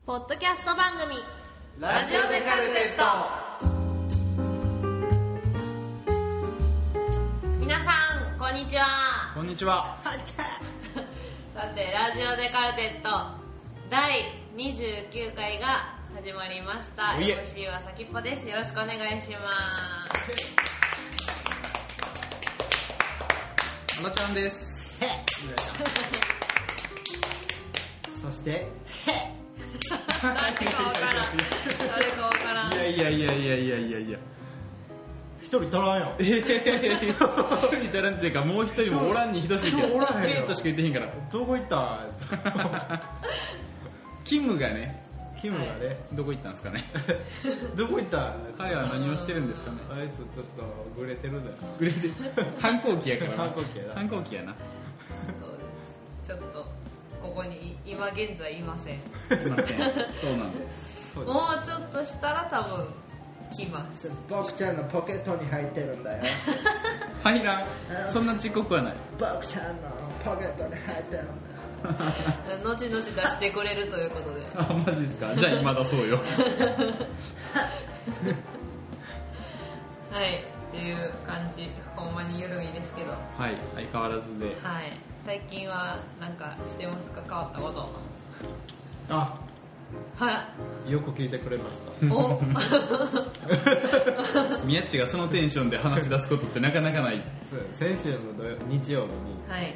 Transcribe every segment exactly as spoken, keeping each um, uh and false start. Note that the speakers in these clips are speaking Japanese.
ポッドキャスト番組ラジオデカルテット。 皆さんこんにちは。 こんにちは。 さてラジオデカルテットだいにじゅうきゅうかいが始まりました。 おいえエムシー はさきっぽです。よろしくお願いします。 あのちゃんです。 そして誰かわからん誰かわからん。 いやいやいやいやいやいやいや一人足らんよ。 えへへへ一人足らんっていうか、もう一人もおらんに等しいけど、 おらへんよえーとしか言ってへんから。 どこ行ったキムがね、 キムがね、 どこ行ったんですかね。 どこ行った彼は何をしてるんですかね。 あいつちょっとグレてるだよ。 グレで反抗期やからな。 反抗期やな反抗期やな。 ちょっとここに今現在いません。 いません。そうなんです。 そうもうちょっとしたら多分来ます。 僕ちゃんのポケットに入ってるんだよ。 入らん。そんな遅刻はない。 僕ちゃんのポケットに入ってるんだよ。 後々出してくれるということで。 あ、マジですか。じゃあ今だそうよ。 はいっていう感じ。ほんまに緩いですけど、 はい、相変わらずで。 はい、最近は何かしてますか？変わったことあ、 はよく聞いてくれましい。お宮っちがそのテンションで話し出すことってなかなかない。 た。先週の土曜日曜日にはい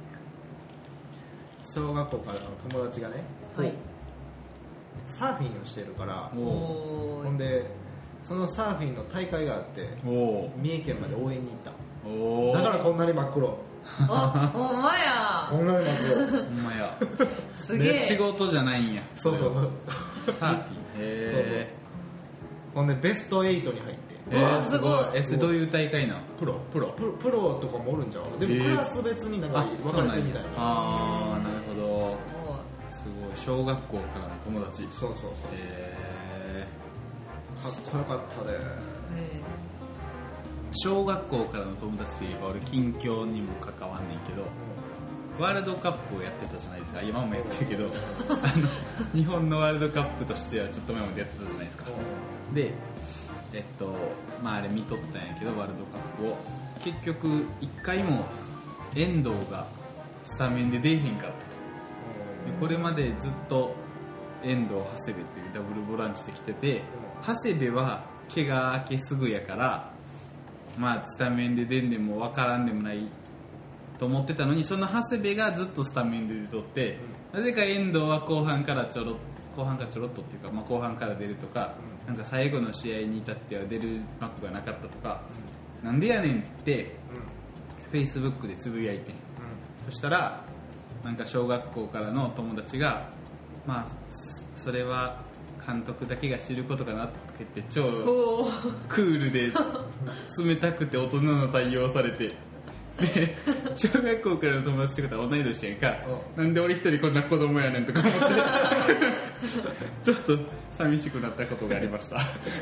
小学校からの友達がね、 はい。 サーフィンをしてるから、 おほんーでそのサーフィンの大会があっておお三重県まで応援に行った。 おお。 だからこんなに真っ黒。 あ、ほんまや。 こんなに真っ黒。 ほんまや。 すげえ。 仕事じゃないんや。 そうそう。 サーフィン。へほんでベストエイトに入って。 え。えうわー、すごい。え、それどういう大会なの？プロプロ。 プロプロとかもおるんちゃう？でもえークラス別になんか分かれてるみたいな。 あー、なるほど。 おすごい。小学校からの友達。 そうそうそう。 えかっこよかったで。 ーえー、小学校からの友達といえば俺近況にも関わんねんけど、ワールドカップをやってたじゃないですか。今もやってるけど、あの日本のワールドカップとしてはちょっと前までやってたじゃないですか。で、えっとまああれ見とったんやけど、ワールドカップを結局一回も遠藤がスタメンで出えへんかったと。でこれまでずっと遠藤長谷部っていうダブルボランチできてて、長谷部は怪我明けすぐやからまあスタメンで出んでも分からんでもないと思ってたのに、その長谷部がずっとスタメンで出とって、なぜか遠藤は後半からちょろ後半からちょろっとっていうか、まあ、後半から出るとか、なんか最後の試合に至っては出るマップがなかったとか、なんでやねんってフェイスブックでつぶやいてん。そしたらなんか小学校からの友達が、まあそれは監督だけが知ることかなって言って超おークールで冷たくて大人の対応されて、で小学校からの友達ってことは同い年やんか、なんで俺一人こんな子供やねんとか思ってちょっと寂しくなったことがありました。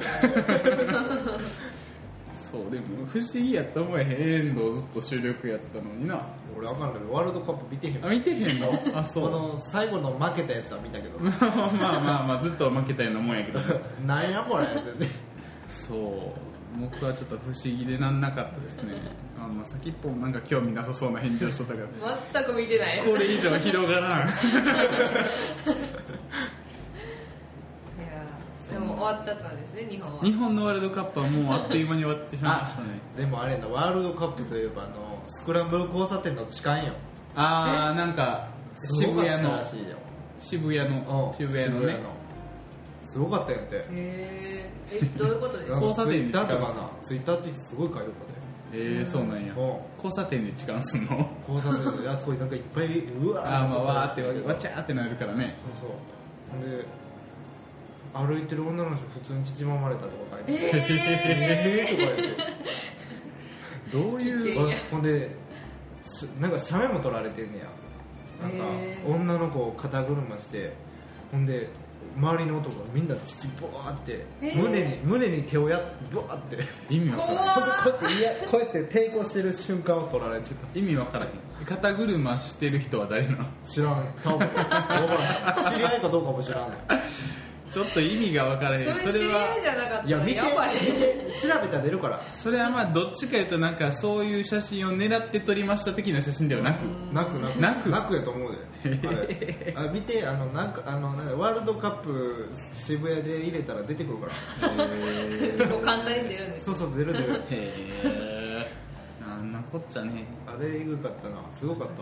そうでも不思議やった思えへん。遠藤ずっと主力やったのにな。 俺わかんないけどワールドカップ見てへん。 あ、見てへんの？あ、そう。 この最後の負けたやつは見たけど。 まあまあまあずっと負けたようなもんやけど。 なんやこれって。 そう僕はちょっと不思議でなんなかったですね。あ、まあ先っぽもなんか興味なさそうな返事をしとったから、 全く見てない。 これ以上広がらん。 いやでも終わっちゃったんですね、日本は。 日本のワールドカップはもうあっという間に終わってしまいましたね。 でもあれのワールドカップといえばあのスクランブル交差点の痴漢よ。 あー、なんか渋谷のらしいよ。 渋谷の渋谷のね、 すごかったよって。 へえ。え、どういうことですか？ 交差点で痴漢ツイッターとかな、ツイッターってすごい書いてたで。 えー、そうなんや。 うん交差点で痴漢すんの？ 交差点であそこになんかいっぱいうわあー、まあわーってそうわちゃーってなるからね。 そうほんで歩いてる女の人普通に縮まれたとか書いてて、 ええーとか言ってどういういやほんでしなんか写メも撮られてんねや。なんかへー女の子を肩車して、ほんで周りの男がみんな父ボワーって、 えー、 胸に胸に手をやってボワーって意味わからんこうやっていやこうやって抵抗してる瞬間を撮られてた。 意味わからへん。肩車してる人は誰なの？ 知らん。多分知り合いかどうかも知らん。 ちょっと意味がわからへん。 それ知り合いじゃなかったらいや見てやばい。 調べたら出るから。 それはまあどっちかいうとなんかそういう写真を狙って撮りました的な写真ではなく、 なくなくなくなくやと思うで。あれあ見てあのなんかあのなんかワールドカップ渋谷で入れたら出てくるから。 結構簡単に出るんです。 そうそう出る出る。 へえ。あんなこっちゃね。 あれエグかったな。すごかったわ。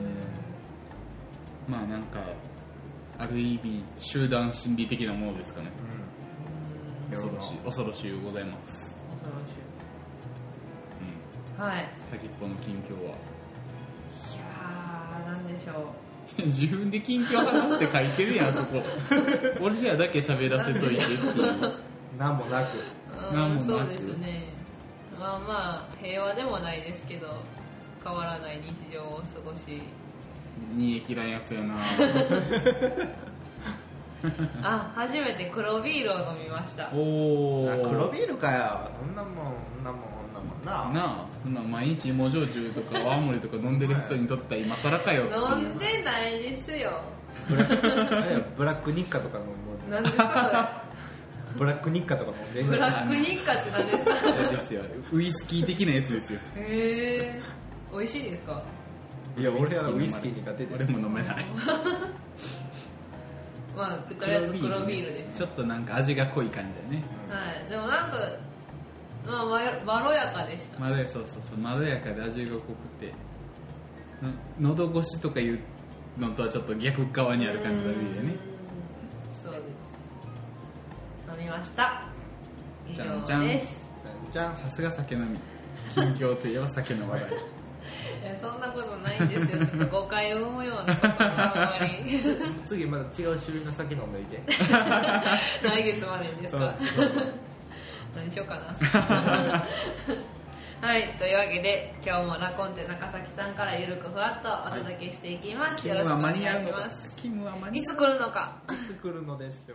まあなんかある意味集団心理的なものですかね。 うん。 恐ろしい恐ろしいございます。 うん。はい。 先っぽの近況は。 いやーなんでしょう。 自分で近況話って書いてるやんそこ。俺らだけ喋らせといてっていう。 なんもなく。 なんもなく。 そうですね。まあまあ平和でもないですけど変わらない日常を過ごし。 煮え切らんやつやな。 あ、初めて黒ビールを飲みました。 おお。 黒ビールかよ。そんなもんそんなもんそんなもんな。 なあ、そんな毎日芋焼酎とか泡盛とか飲んでる人にとっては今更かよっていう。 飲んでないですよ。 ブラックブラック日課とか飲む。 何ですかブラック日課とか飲んでブラック日課って何ですか？ そうですよ。ウイスキー的なやつですよ。 へえ。美味しいですか？ いや俺はウイスキー苦手です。 俺も飲めない。 まあとりあえず黒ビールです。 ちょっとなんか味が濃い感じだね。 はい。でもなんかまあまろやかでした。 まろやそうそうそうまろやかで味が濃くて、の喉越しとかいうのとはちょっと逆側にある感じがいいよね。 そうです。飲みました。以上じゃんじゃんです。 じゃん。 さすが酒飲み。近況といえば酒の話題。 いやそんなことないんですよ。ちょっと誤解を生むようなことはあんまり。 次まだ違う種類の酒飲んでいて。 来月までにですか？何しようかな。はい、というわけで今日もラコンテ中崎さんからゆるくふわっとお届けしていきます。よろしくお願いします。 キムは間に合うのか。 いつ来るのか。 いつ来るのでしょう。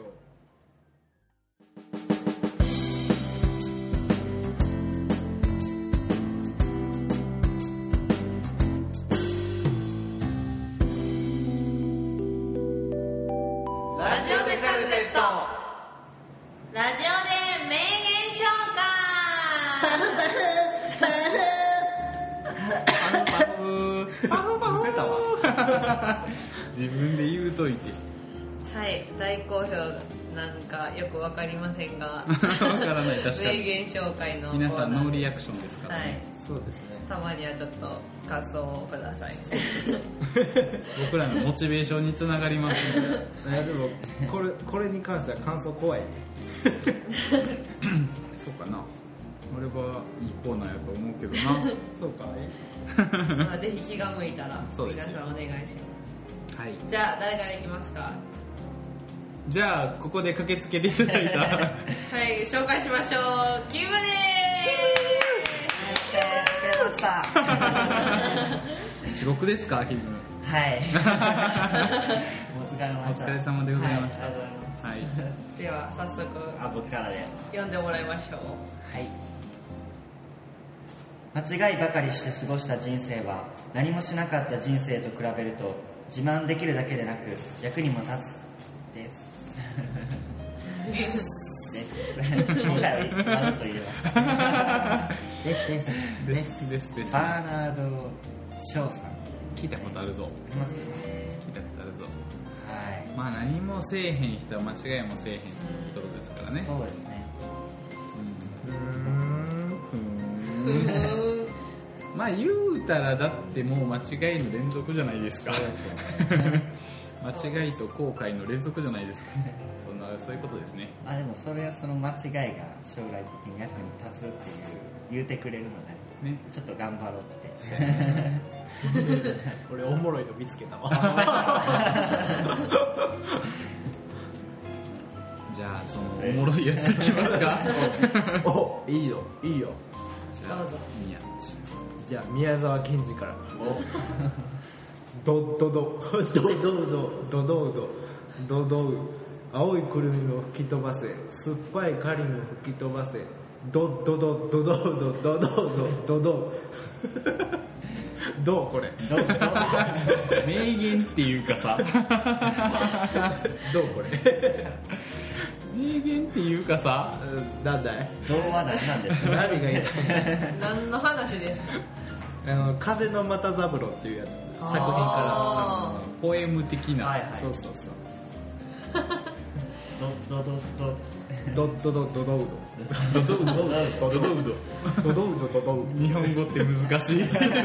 ラジオでカルテット。ラジオで名言紹介。 パフパフせたわ。 自分で言うといて。 はい、大好評なんかよくわかりませんが。 わからない確か名に。 言紹介の皆さんノーリアクションですからはいね。。 そうですね。 たまにはちょっと感想をください。 僕らのモチベーションにつながりますので。 いやでもこれこれに関しては感想怖い。 そうかな。俺はいいコーナーやと思うけどな。 そうかい。 まあぜひ気が向いたらそうですよ皆さんお願いします。 はい。 じゃあ誰からいきますか？ じゃあここで駆けつけていただいたはい紹介しましょう。キムでました地獄ですかキム。 はいお疲れ様おでした。 疲れ様でございました。 はい、ありがとうございます。 はい。 す。では早速あ、僕からで。 読んでもらいましょう。 はい。間違いばかりして過ごした人生は何もしなかった人生と比べると自慢できるだけでなく役にも立つですです今回はわざと入れましたですですですですです。 バーナード・ショーさん聞いたことあるぞ。 います聞いたことあるぞ。 はいまあ何もせえへん人は間違いもせえへんってことですからね。 そうですねうん。うん。まあ言うたらだってもう間違いの連続じゃないですか。 そうですよね間違いと後悔の連続じゃないですか。そんなそういうことですね。 あでもそれはその間違いが将来的に役に立つっていう言うてくれるので、 ね。 ちょっと頑張ろうって俺おもろいの見つけたわ。 じゃあそのおもろいやついきますか。 おいいよいいよ。 じゃあどうぞ宮地。 じゃあ宮沢賢治から。ドドドドドドドドドドドド青いくるみを吹き飛ばせ酸っぱいカリンを吹き飛ばせドドドドドドドドドドドどうこれどど名言っていうかさどうこれ名言っていうかさなんだいどうは何なんでしょう。 何が言いたい何の話ですか？ あの風の又三郎っていうやつ作品あかポエム的な、 はいはいらそうそうそうどどどどドッドドドドウドドウドドドウドドドウドドドウドドドウ日本語って難しい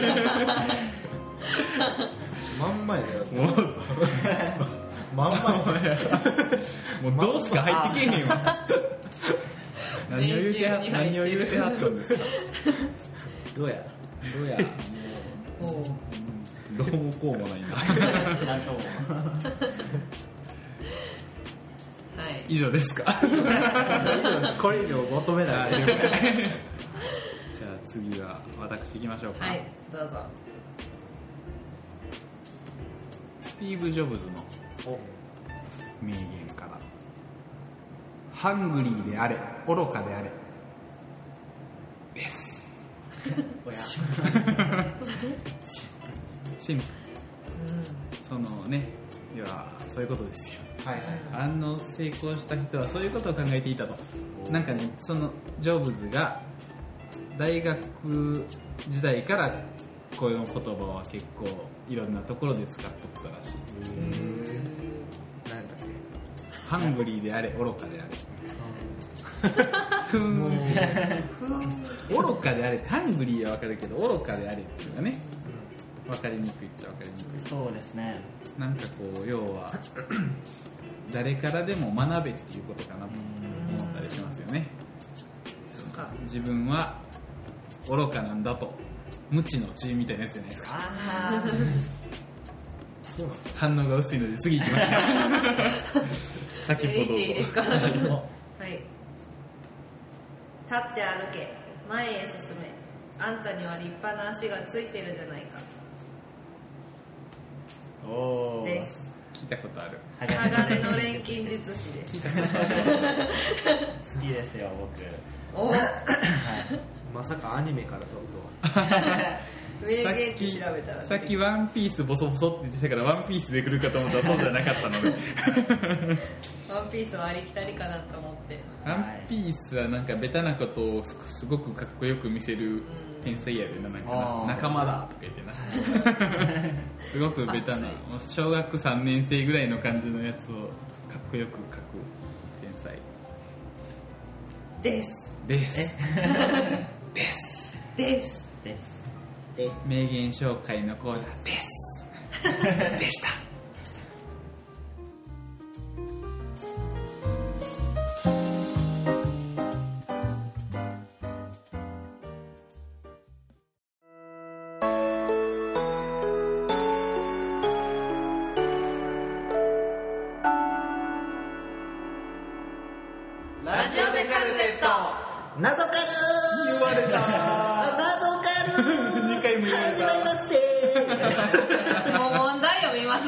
まんまやでもうまんまやもうどうしか入ってけえへんわ何を言うては何を言うてはったんですかどうやどうやおうどうもこうもないななんとも。 はい以上ですかこれ以上求めないじゃあ次は私行きましょうか、 はいどうぞ。 スティーブ・ジョブズの名言からハングリーであれ愚かであれですおやシンプルそのね要はそういうことですよはいはいあの成功した人はそういうことを考えていたとなんかねそのジョブズが大学時代からこういう言葉は結構いろんなところで使っとったらしい何だっけハングリーであれ愚かであれもう愚かであれってハングリーは分かるけど愚かであれっていうのがね分かりにくいっちゃ分かりにくいそうですね。 なんかこう要は誰からでも学べっていうことかなと思ったりしますよねそっか。 自分は愚かなんだと無知の知みたいなやつじゃないですかあそうなの反応が薄いので次行きましょう先ほどいいですか？はい。立って歩け、前へ進め。あんたには立派な足がついてるじゃないか。 おーです。 聞いたことある鋼の錬金術師です。 好きですよ僕。 お、 まさかアニメから撮るとは名言って調べたら、 さっきワンピースボソボソって言ってたからワンピースで来るかと思ったらそうじゃなかったのでワンピースはありきたりかなと思って。 ワンピースはなんかベタなことをすごくかっこよく見せる天才やでな、なんかなあー仲間だとか言ってなすごくベタなもう小学さんねん生ぐらいの感じのやつをかっこよく書く天才です。 ですです。 です。 名言紹介のコーナーですでしたラジオでカルテット。 謎かる言われた謎かるにかいも言われ始まりまたしてもう問題読みます？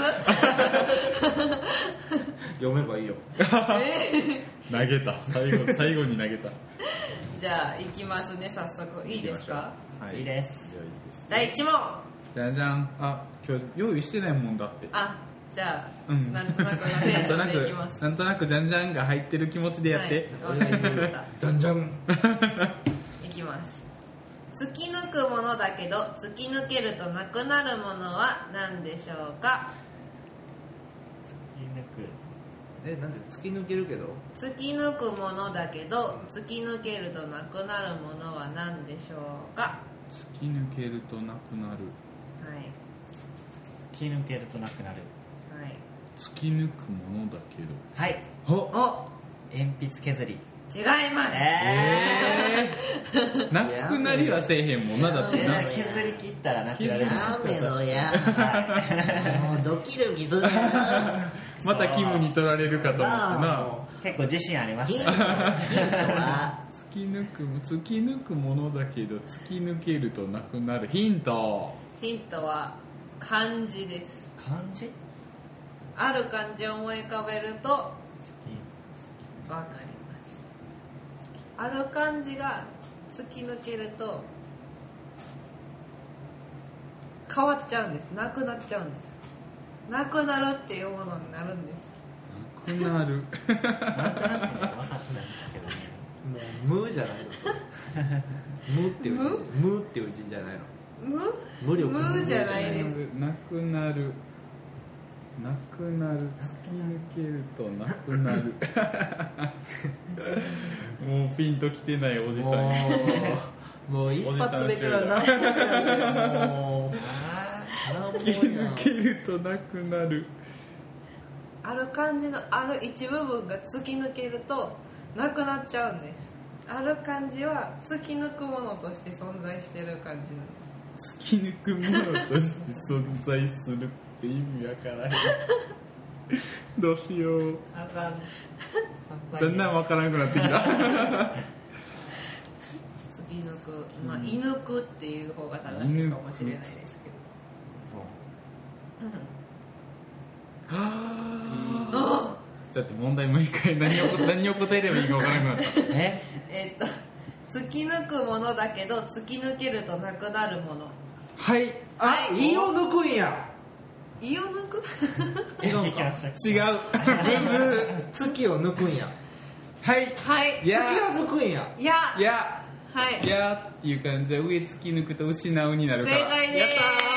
読めばいいよ投げた最後最後に投げたじゃあ行きますね、早速。いいですか？ はいいいです第一問。 じゃじゃんあ今日用意してないもんだってあ、じゃあ、 うんなんとなくのテンションでいきます。 なんとなくじゃんじゃんが入ってる気持ちでやって、 はい、わかりました。 じゃんじゃんいきます。突き抜くものだけど突き抜けるとなくなるものは何でしょうか？ 突き抜く。 えなんで突き抜けるけど突き抜くものだけど突き抜けるとなくなるものは何でしょうか？ 突き抜けるとなくなるはい突き抜けるとなくなる。 はい。 突き抜くものだけどはい。 おお、 鉛筆削り。 違います。 えなくなりはせえへんもんなだってー、 な削り切ったらなくなる。 やめろやもうドキドキするなまたキムに取られるかと思ってな結構自信ありまヒントしたね。 は突き抜く突き抜くものだけど突き抜けるとなくなるヒントヒントは漢字です。 漢字？ ある漢字を思い浮かべると突き抜ある漢字が突き抜けると変わっちゃうんです。なくなっちゃうんです。なくなるっていうものになるんです。 なくなるなんとなくね分かってないんですけどね。 もう無じゃないのそれ無っていう字無っていう字じゃないの。 無無力無じゃないです。 なくなるなくなる突き抜けるとなくなるもうピンときてないおじさんもうもう一発目からなもう突き抜けるとなくなる。 ある漢字のある一部分が突き抜けるとなくなっちゃうんです。ある漢字は突き抜くものとして存在してる漢字なんです。 突き抜くものとして存在するって意味わからないどうしよう。 あかん。 だんだんわからなくなってきた突き抜く、まあ、射抜くっていう方が正しいかもしれないですけど、うん、あちょっと問題もう一回何を何を答えればいいかわからなくなったええっと突き抜くものだけど突き抜けるとなくなるもの。 はいあ、 はい胃を抜くんや。 胃を抜く違うんか違う月を抜くんや。 はいはいいや月を抜くんや。 いやいやはいいやっていう感じで上突き抜くと失うになるから正解でーす。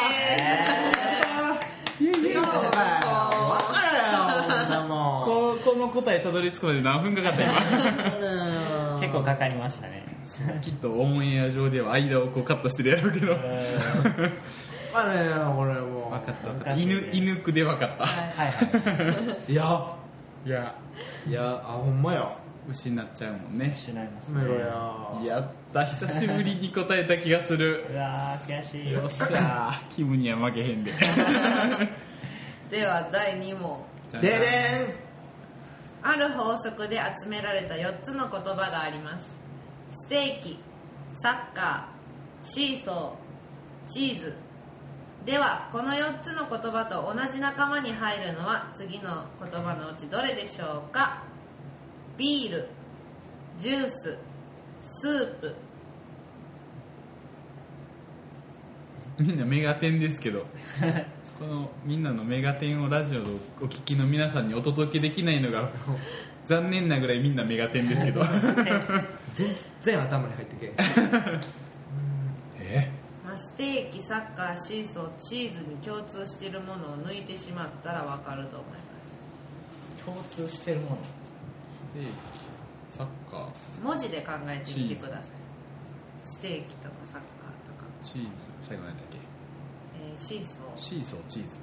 違うのかよ。分からよそんなもん。 ここの答えたどり着くまで何分かかった今結構かかりましたね。 きっとオンエア上では間をこうカットしてるやろうけど分あれこれもうかった分かった犬犬くで分かったはいはい。 いやいやいやあほんまや失っちゃうもんね。 失いますメロね。 ややった久しぶりに答えた気がするうわー悔しい。 よっしゃーキムには負けへんでではだいに問。 でである法則で集められたよっつの言葉があります。ステーキ、サッカー、シーソー、チーズ。ではこのよっつの言葉と同じ仲間に入るのは次の言葉のうちどれでしょうか。ビール、ジュース、スープ。 みんなメガテンですけどこのみんなのメガテンをラジオをお聞きの皆さんにお届けできないのが残念なぐらいみんなメガテンですけど全然頭に入ってけえまあ、ステーキ、サッカー、シーソー、チーズに共通しているものを抜いてしまったら分かると思います。 共通してるもの。 サッカー文字で考えてみてください。ステーキとかサッカーとか、 チーズ最後何だっけえーシーソシーソーチーズ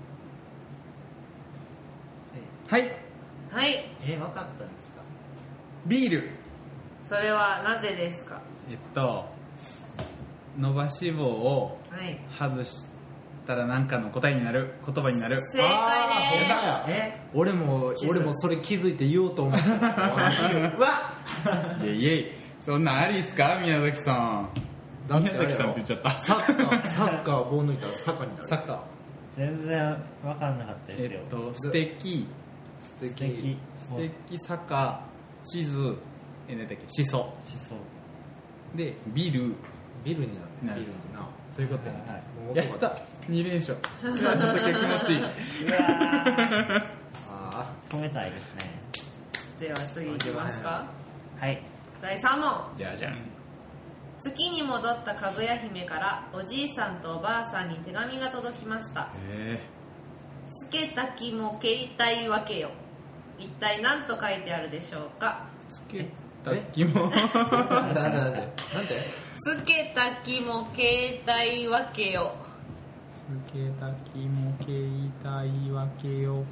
はいー。はい、 え分かったんですか。 ビールそれはなぜですか。 えっと伸ばし棒をはい、 外したら何かの答えになる言葉になる正解あーでえ俺も地図俺もそれ気づいて言おうと思ったうわイエイイエイそんなんありっすか宮崎さんだって宮崎さんって言っちゃったサッカーサッカー棒抜いたらサッカーになるサッカー全然分かんなかったですよ。 えっとステーキ素敵素敵。 ステーキサッカーチーズえ何だっけシソしそう。 でビールビルにななるるビルになそういうことや、 はいもうやったに連勝うわちょっと気持ちいいうわーあ止めたいですね。 では次いきますか。 はい。 だいさん問。 じゃあじゃん月に戻ったかぐや姫からおじいさんとおばあさんに手紙が届きました。 えつけた気も携帯分けよ。一体何と書いてあるでしょうか。 ー、つけた気もあなんでなんでなんでつけた気も携帯分けよ。 つけた気も携帯分けよ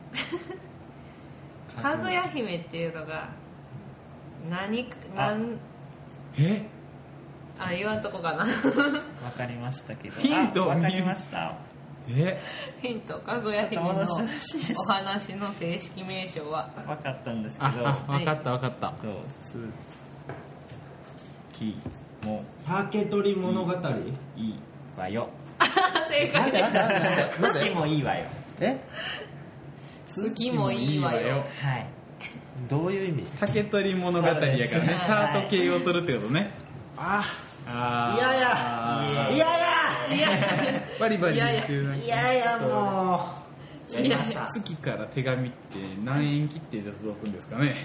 かぐや姫っていうのが何かなんえあ言わんとこかな分かりましたけど。 ヒントあ分かりました。 えヒントかぐや姫のちょっと戻してほしいですお話の正式名称は分かったんですけあど。 あ分かった分かったとつきも竹取物語いいわよ。 正解です。 つきもいいわよ。 え月もいいわよ。 はい。 どういう意味？ 竹取物語やからね、カート系を取るってことね。 ああーいやいやあーいやいやいやバリバリ言ってるな。 いやいやもうやりました。 月から手紙って何円切っていただくんですかね。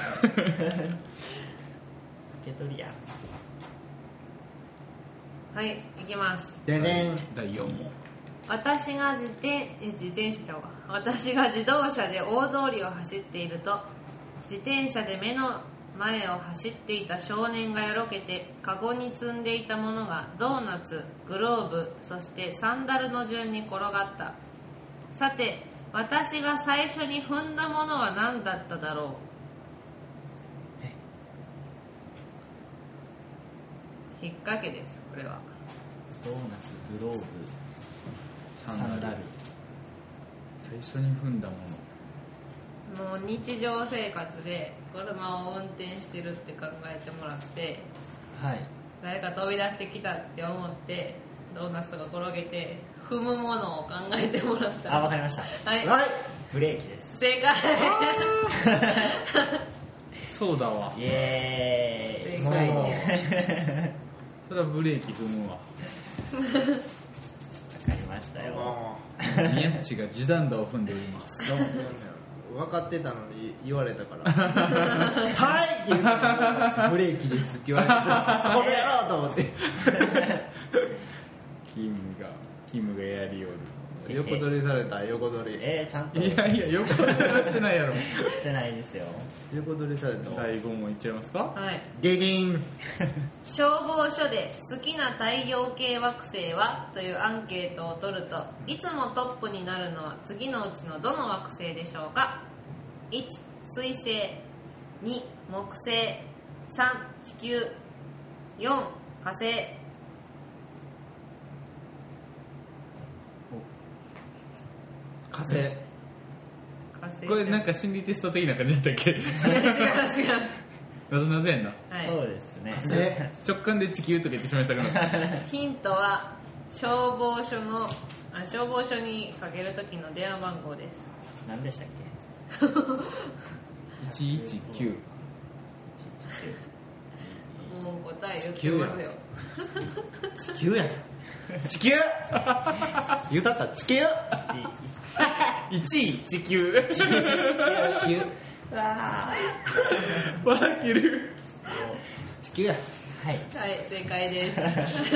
竹取や。 はい行きます。 ででん。 だいよん問。 私が自転え自転車ちゃうわ私が自動車で大通りを走っていると、自転車で目の前を走っていた少年がよろけて、カゴに積んでいたものがドーナツ、グローブ、そしてサンダルの順に転がった。さて私が最初に踏んだものは何だっただろう。引っ掛けです。これはドーナツ、グローブ、 ササンダル。 最初に踏んだもの。 もう日常生活で車を運転してるって考えてもらって、 はい。 誰か飛び出してきたって思ってドーナツが転げて踏むものを考えてもらったあ、わかりました。 はい、 はいブレーキです。 正解そうだわ。 イエーイ。 正解もうそれはブレーキ踏むわ。 わかりましたよ。 も宮っちが地団打を踏んでおります。 うどうも分かってたのに言われたからはいって言ってブレーキですって言われてこれやろうと思ってキムがキムがやりよる。 横取りされた。横取りえー、ちゃんといやいや横取りはしてないやろ。 してないですよ。 横取りされた。 だいご問いっちゃいますか。 はい、 デディン。 消防署で好きな太陽系惑星はというアンケートを取ると、いつもトップになるのは次のうちのどの惑星でしょうか。いち水星、に木星、さん地球、よん火星。 火星。 火星これなんか心理テスト的な感じだったっけ。 違います違いますなぞなぞやんな。 はいそうですね。 火星。 直感で地球とか言ってしまいたくなった。 ヒントは消防署のあ消防署にかける時の電話番号です。 何でしたっいちいちきゅう。 もう答え言ってますよ。 地球やん。地球言うたった地球いちい地球。 地球笑ける。 地球や。 はい。 はい正解です。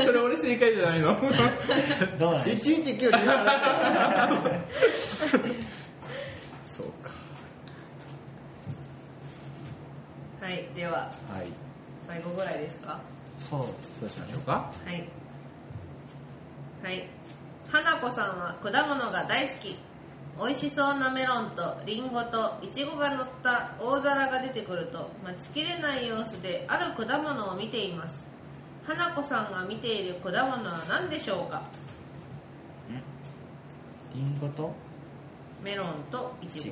それ俺正解じゃないの。 どうなんでいちいちきゅうって言わなかったそうか。 はいでははい。 最後ぐらいですか。 そう。 そうしましょうか。 はいはい。花子さんは果物が大好き。美味しそうなメロンとリンゴとイチゴが乗った大皿が出てくると待ちきれない様子である果物を見ています。花子さんが見ている果物は何でしょうか。 リンゴとメロンとイチゴイチゴ。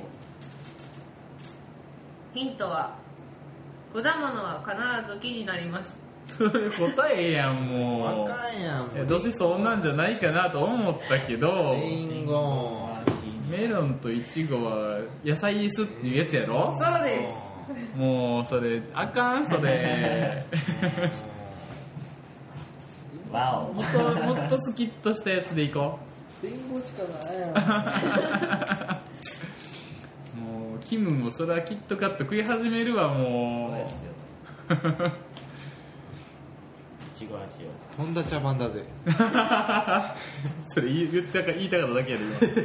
ヒントは果物は必ず木になります。 それ答えやんもう。 あかんやん。 いやどうせそんなんじゃないかなと思ったけど、 リンゴ。 メロンとイチゴは野菜ですっていうやつやろ。 そうですもうそれあかんそれ。 わお。 もっともっとスキッとしたやつでいこリンゴしかないやん。 う。もうキムもそれはキットカット食い始めるわそうもですよ。いちご味を。 とんだ茶番だぜ。 う。それ言い言ったか言いたかっただけやで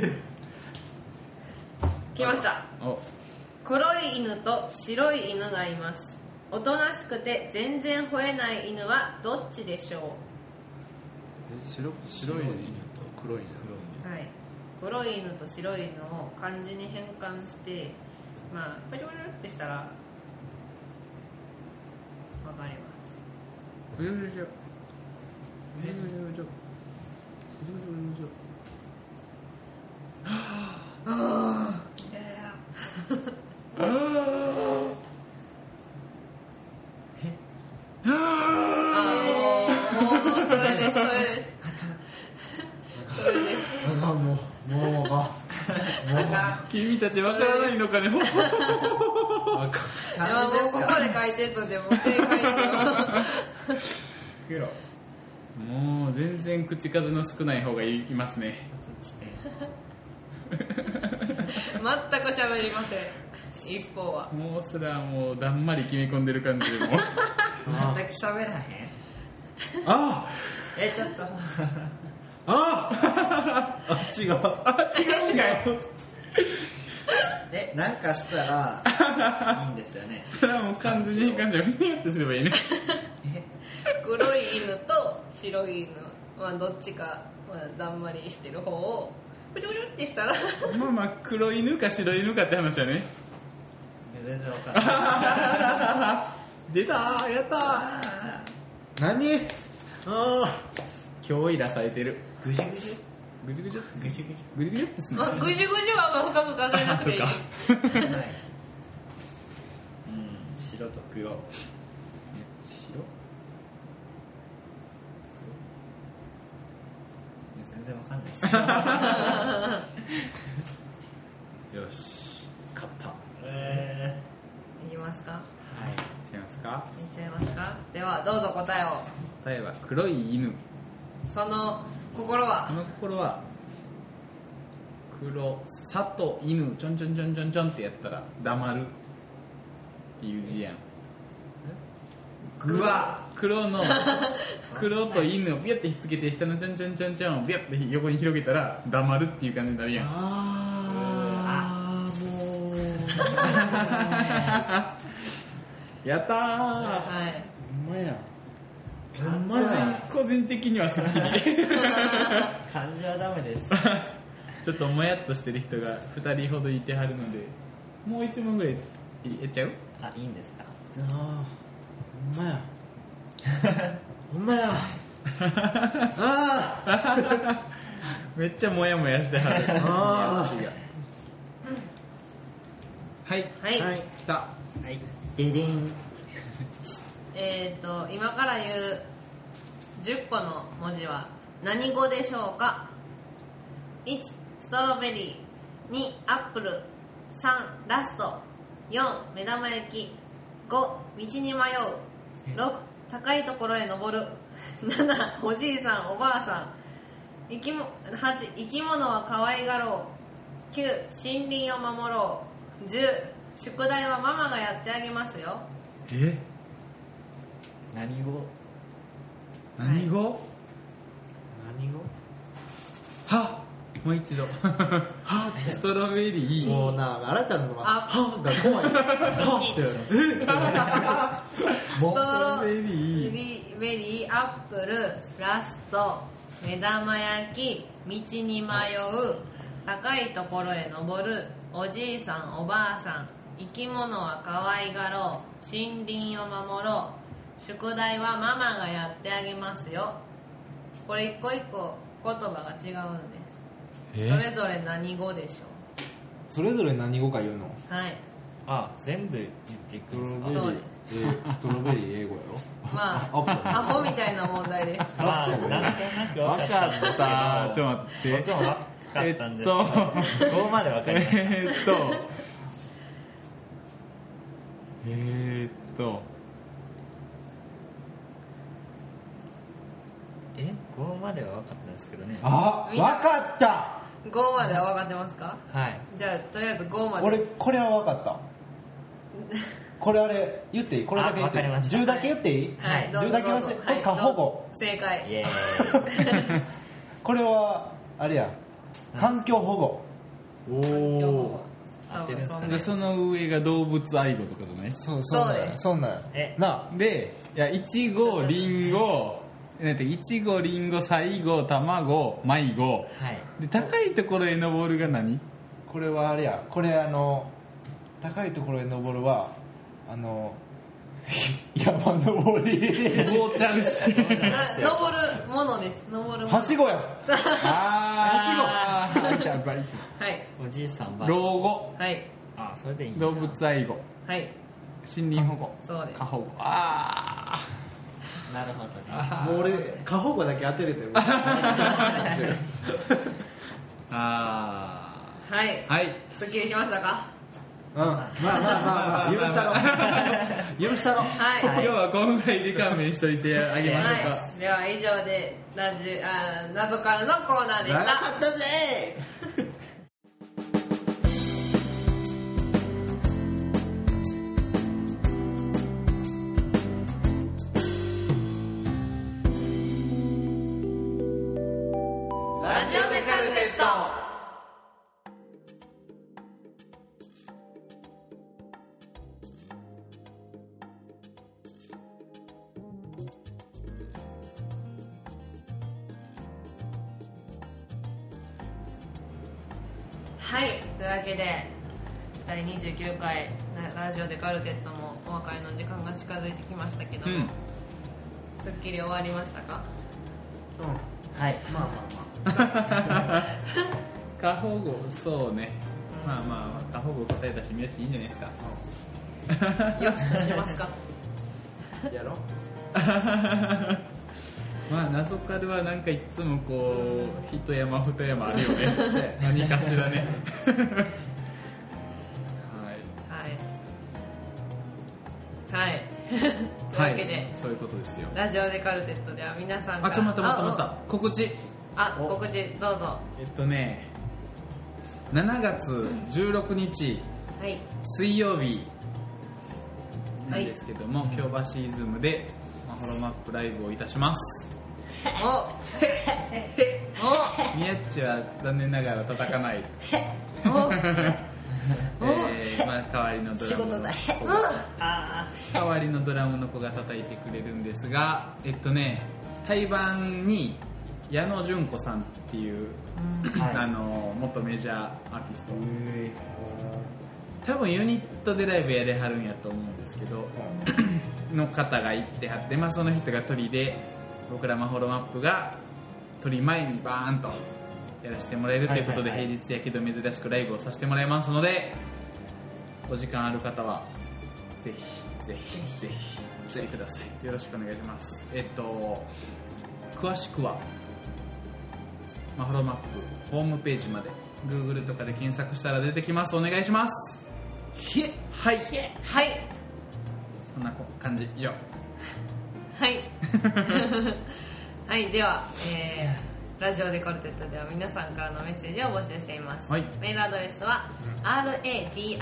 来ました。 今。お黒い犬と白い犬がいます。おとなしくて全然吠えない犬はどっちでしょ白白いのと黒いの。 う。はい、黒い犬と白い犬を漢字に変換してまあパチパチってしたらわかります。 よいしょよいしょよいしょよいしょああいやいやあもうもうそれですそれですそれですあかんもうもうあもう君たちわからないのかね。 あかやもうここで書いてるとでも正解黒もう全然口数の少ない方がいますね。 全く喋りません一方は。 もうそれはもうだんまり決め込んでる感じでもう全く喋らへん。 あえちょっとああっちがあ違うかよえなんかしたらいいんですよね。 それはもう完全に変換じゃふにゃってすればいいね。 黒い犬と白い犬、まあ、どっちか、まあ、だんまりしてる方をプチプチってしたらまあまあ黒犬か白犬かって話だね。 全然わかんない出たーやったー何あ今日いらされてる。 ぐじゅぐじゅぐじゅぐじゅぐじゅぐじぐじゅぐじゅってすんまあの。 ぐじゅぐじゅはあんま深く考えなくていい。 あゅはいうん白と黒。白全然わかんないですよし勝った。 えいきますか。 ー、はい違いますか。 いっちゃいますか。ではどうぞ答えを。 答えは黒い犬。 その心はこの心は黒さと犬ちょんちょんちょんちょんちょんってやったら黙るっていう字やん。 うわ黒の黒と犬をビュッてひっつけて下のちょんちょんちょんちょんをビュッて横に広げたら黙るっていう感じになるやん。 あーもうやったー。 はいほんまやほんまや。個人的には好きで漢字はダメですちょっともやっとしてる人がふたりほどいてはるので、もういち問ぐらいやっちゃう。 あいいんですか。 あーほんまやほんまやあめっちゃもやもやしてはる。 あー違うはいはい、 はい来た。 はいででんえっ、と今から言うじゅっこの文字は何語でしょうか。いちストロベリー、にアップル、さんラスト、よん目玉焼き、ご道に迷う、ろく高いところへ登る、ななおじいさんおばあさん、生きもはち生き物は可愛がろう、きゅう森林を守ろう、じゅう宿題はママがやってあげますよ。 え何語。 何語。 何語はもう一度はストロベリー。 もうなあらちゃんのあはが怖いはってストロベベリーリー、ベリー、アップル、ラスト、目玉焼き、道に迷う、高いところへ登る、おじいさんおばあさん、生き物は可愛がろう、森林を守ろう、宿題はママがやってあげますよ。これ一個一個言葉が違うんです。それぞれ何語でしょそれぞれ何語か言うのう。はい。 あ全部言っていくんですか。 そうですえーストロベリー英語やろまあアップルアホみたいな問題です。 まあなんとなく分か分かったんですけど。 った。ちょっと待って。 僕も分かったんですけど、 えっとごまで分かりました。 えーっとえーっとえごまでは分かったんですけどね。 あみんなわかったごまでは分かってますか。 はいじゃあとりあえずごまで。 俺これはわかったこれあれ言っていいこれだけ言っていいあわかりましたじゅうだけ言っていいはい、どうじゅうだけ言わせどうぞこれ過保護正解。 イエーイこれはあれや環境保護おお。 合ってるんですかねじゃあその上が動物愛護とかじゃない。 そうそうなんやそんなんやえなでいやいちごりんごなんていちごりんご最後卵迷子はいで高いところへ登るが何。 これはあれやこれあの高いところへ登るはあの山登り登っちゃうしあ登るものです。登るもの。 はしごやあーやばい。 はいおじいさんは老後はいあそれでいいんだ動物愛護はい森林保護そうです過保護あなるほどねあもう俺過保護だけ当てれてるあはいはいすっきりしましたか。 まあまあまあまあ許したろ許したろはい今日はこのぐらいで勘弁しといてあげましょうか、 はい、では以上でラジあ謎からのコーナーでした。 長かったぜラジオデカルテット。はい、というわけでだいにじゅうきゅうかいラジオデカルテットもお別れの時間が近づいてきましたけども、 うんすっきり終わりましたか？ はい。 まあまあま過保護そうね、 うんまあまあ過保護答えたし宮地いいんじゃないですか。 よしとしますか？ あやろまあ謎かるはなんかいつもこう一山二山あるよね何かしらねはいはいというわけで、 はい、そういうことですよ。 ラジオデカルテットでは皆さんからあちょっと待った待った待あった告知ああ告知どうぞ。 えっとねしちがつじゅうろくにちはい水曜日なんですけども、京橋イズムでマホロマップライブをいたします。 おお宮地は残念ながら叩かないおおえーまあ、代わりのドラムの子があ代わりのドラムの子が叩いてくれるんですが、えっとね対バンに矢野純子さんっていう、 はいあの元メジャーアーティスト、多分ユニットでライブやれはるんやと思うんですけどの方が行ってはって、まあ、その人が鳥で僕らマホロマップが鳥前にバーンとやらせてもらえるということで、 はいはいはい平日やけど珍しくライブをさせてもらいますので、お時間ある方はぜひぜひぜひ来てください。よろしくお願いします。えっと詳しくはマホロマップホームページまで Google とかで検索したら出てきます。お願いします。はいはいそんな感じ以上。 はいはいでは、えー、ラジオデコルテットでは皆さんからのメッセージを募集しています、 はい、 メールアドレスは、うん、ラディオ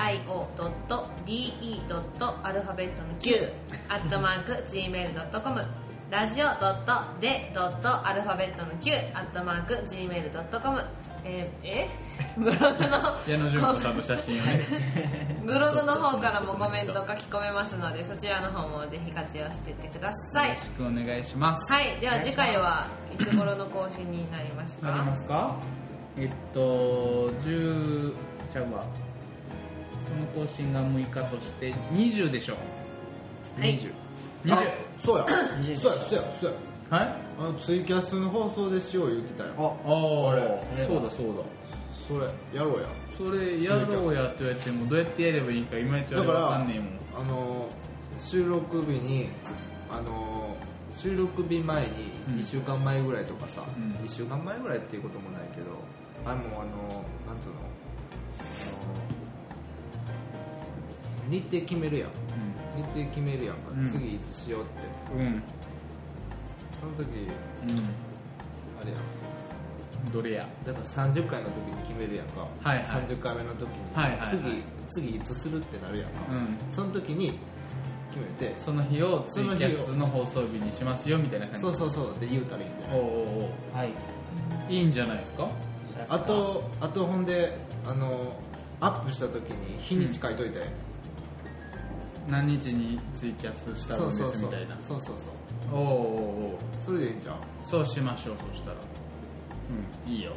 デ アルファベットのきゅうアットマーク ジーメールドットコム ラジオ デ アルファベットのきゅうアットマーク ジーメールドットコムえー、えブログの矢野純子さんの写真をねブログの方からもコメント書き込めますので、そちらの方もぜひ活用していってください。 よろしくお願いします。 はい、では次回はいつ頃の更新になりますか？ なりますか？えっとじゅうちゃうわ、この更新がむいかとしてにじゅうでしょう。 はい、 にじゅう、にじゅうあそうやそうやそうやそうやはい、 あのツイキャスの放送でしよう言ってたよ。 あああそうだそうだ、 それやろうや。 それやろうやって言われてもどうやってやればいいかいまいちわかんねえもん。 あの収録日にあの収録日前にうんいっしゅうかんまえぐらいとかさ、 うんいっしゅうかんまえぐらいっていうこともないけど、あもうあのなんつうの、あの日程決めるやん、日程決めるやんか、 うん次いつしようって。 うんうんその時うんあれやん、 どれや。 だからさんじゅっかいの時に決めるやんか、 はいはいさんじゅっかいめの時に、 はいはいはい次次いつするってなるやんか、 うんその時に決めて、 その日をツイキャスの放送日にしますよみたいな感じ。 そうそうそうって言うたらいいんじゃない。 おうおうおうはい。 いいんじゃないですか。 あとあとほんであのアップした時に日にち書いといて、 何日にツイキャスしたんでそうそうそうすみたいな。 そうそうそうおうおうおうそれでいいんじゃん。 そうしましょう。そしたらうんいいよ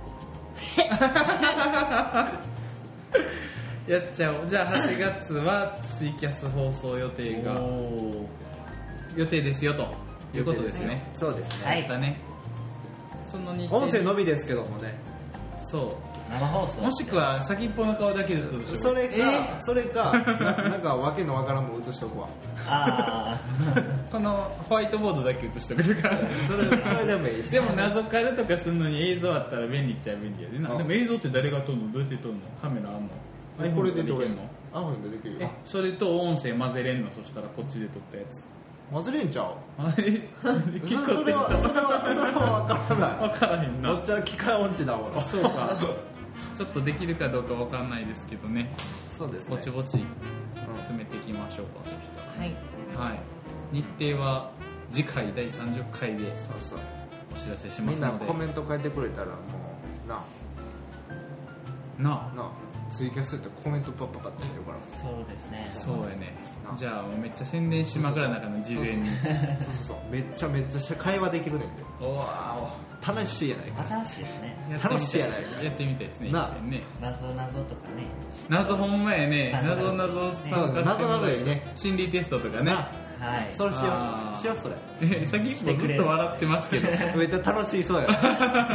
やっちゃおう。じゃあはちがつはツイキャス放送予定が予定ですよということですね。 そうですね、 はいだね。その日程音声のみですけどもね。 そ生放送う、もしくは先っぽの顔だけでどうしよう。 それか、 えそれかななんかわけのわからんもん映しとくわ。 あこのホワイトボードだけ映してくるからそれそれでもいいし。 でも謎カルとかするのに映像あったら便利っちゃ便利やでな。 あでも映像って誰が撮るの？どうやって撮るの？カメラあんの？ これで撮れ iPhone るのの？ アホでできるえよそれと音声混ぜれんの？そしたらこっちで撮ったやつ混ぜれんちゃうあれ結構それはそれはそれは分からない分からへんなこっちは機械音痴だものそうかちょっとできるかどうか分かんないですけどねそうですねぼちぼち詰めていきましょうか、そしたらはいはい日程は次回だいさんじゅっかいでそうそうお知らせしまみんなすのでコメント書いてくれたらもうなななツイキャスってコメントパッパカって入るからそうですねそうやねなじゃあもうめっちゃ宣伝しまくらなあかんの事前にそうそうそうめっちゃめっちゃ会話できるねんでおわ楽しいやないか新しいですねやってみた楽しいやないかやってみたいですねな一遍ね謎謎とかね謎ほんまやねそう謎謎参加してもらそう謎々にね心理テストとかねなはいそれしよあーうしようそれえ先っぽずっと笑ってますけどはいめっちゃ楽しそうやはい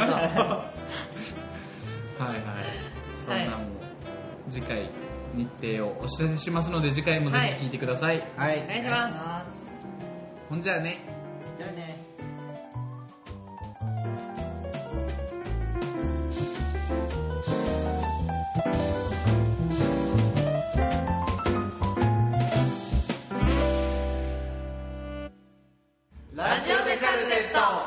そんなもん次回日程をお知らせしますので次回もぜひ聞いてください、 はいお願いしまほんじゃあねじゃあねラジオでカルテット